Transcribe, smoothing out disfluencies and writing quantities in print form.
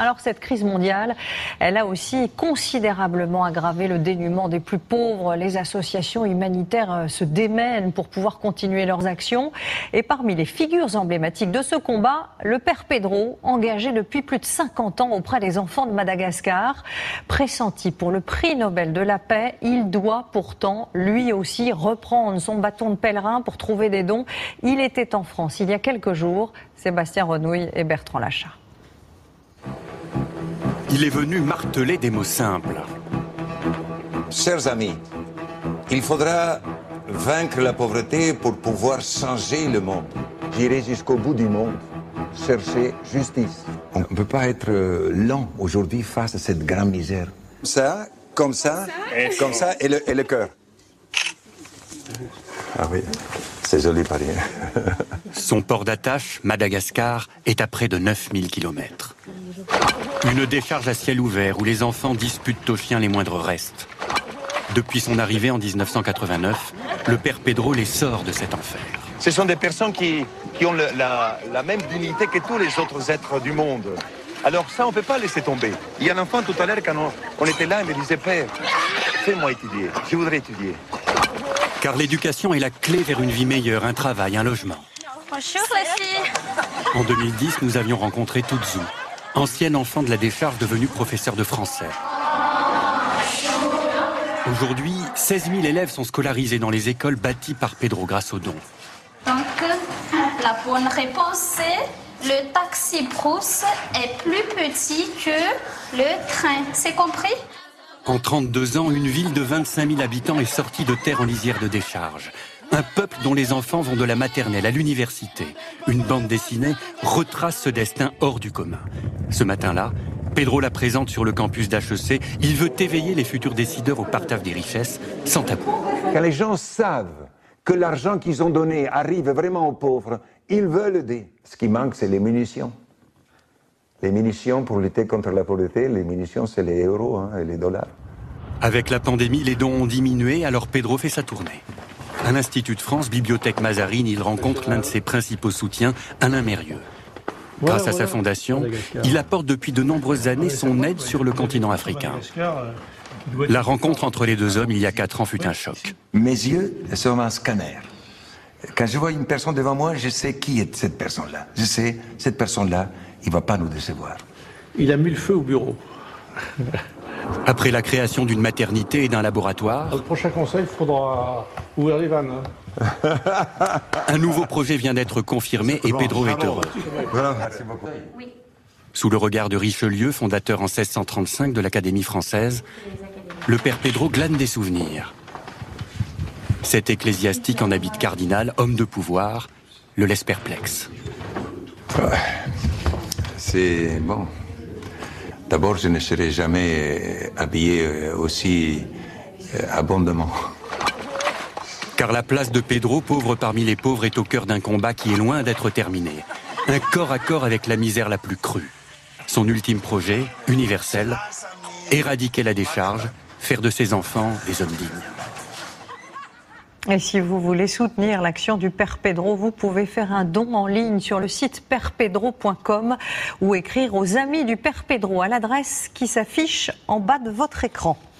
Alors cette crise mondiale, elle a aussi considérablement aggravé le dénuement des plus pauvres. Les associations humanitaires se démènent pour pouvoir continuer leurs actions. Et parmi les figures emblématiques de ce combat, le père Pedro, engagé depuis plus de 50 ans auprès des enfants de Madagascar. Pressenti pour le prix Nobel de la paix, il doit pourtant lui aussi reprendre son bâton de pèlerin pour trouver des dons. Il était en France il y a quelques jours. Sébastien Renouille et Bertrand Lachat. Il est venu marteler des mots simples. Chers amis, il faudra vaincre la pauvreté pour pouvoir changer le monde. J'irai jusqu'au bout du monde, chercher justice. On ne peut pas être lent aujourd'hui face à cette grande misère. Ça, comme ça, et le cœur. Ah oui, c'est joli Paris. Son port d'attache, Madagascar, est à près de 9000 km. Une décharge à ciel ouvert où les enfants disputent aux chiens les moindres restes. Depuis son arrivée en 1989, le père Pedro les sort de cet enfer. Ce sont des personnes qui ont la même dignité que tous les autres êtres du monde. Alors ça, on ne peut pas laisser tomber. Il y a un enfant tout à l'heure, quand on était là, il me disait « Père, fais-moi étudier, je voudrais étudier ». Car l'éducation est la clé vers une vie meilleure, un travail, un logement. Bonjour les filles. En 2010, nous avions rencontré Tuzu, ancienne enfant de la décharge devenue professeur de français. Aujourd'hui, 16 000 élèves sont scolarisés dans les écoles bâties par Pedro grâce aux dons. Donc, la bonne réponse c'est le taxi brousse est plus petit que le train. C'est compris? En 32 ans, une ville de 25 000 habitants est sortie de terre en lisière de décharge. Un peuple dont les enfants vont de la maternelle à l'université. Une bande dessinée retrace ce destin hors du commun. Ce matin-là, Pedro la présente sur le campus d'HEC. Il veut éveiller les futurs décideurs au partage des richesses sans tabou. Quand les gens savent que l'argent qu'ils ont donné arrive vraiment aux pauvres, ils veulent aider. Ce qui manque, c'est les munitions. Les munitions pour lutter contre la pauvreté, les munitions, c'est les euros et les dollars. Avec la pandémie, les dons ont diminué, alors Pedro fait sa tournée. À l'Institut de France, Bibliothèque Mazarine, il rencontre l'un de ses principaux soutiens, Alain Mérieux. Grâce à sa fondation, il apporte depuis de nombreuses années son aide sur le continent africain. La rencontre entre les deux hommes, il y a 4 ans, fut un choc. Mes yeux sont un scanner. Quand je vois une personne devant moi, je sais qui est cette personne-là. Je sais, cette personne-là, il ne va pas nous décevoir. Il a mis le feu au bureau. Après la création d'une maternité et d'un laboratoire... Le prochain conseil, il faudra ouvrir les vannes. Un nouveau projet vient d'être confirmé et Pedro est heureux. Merci beaucoup. Sous le regard de Richelieu, fondateur en 1635 de l'Académie française, le père Pedro glane des souvenirs. Cet ecclésiastique en habit de cardinal, homme de pouvoir, le laisse perplexe. C'est bon. D'abord, je ne serai jamais habillé aussi abondamment. Car la place de Pedro, pauvre parmi les pauvres, est au cœur d'un combat qui est loin d'être terminé. Un corps à corps avec la misère la plus crue. Son ultime projet, universel, éradiquer la décharge, faire de ses enfants des hommes dignes. Et si vous voulez soutenir l'action du père Pedro, vous pouvez faire un don en ligne sur le site perpedro.com ou écrire aux amis du père Pedro à l'adresse qui s'affiche en bas de votre écran.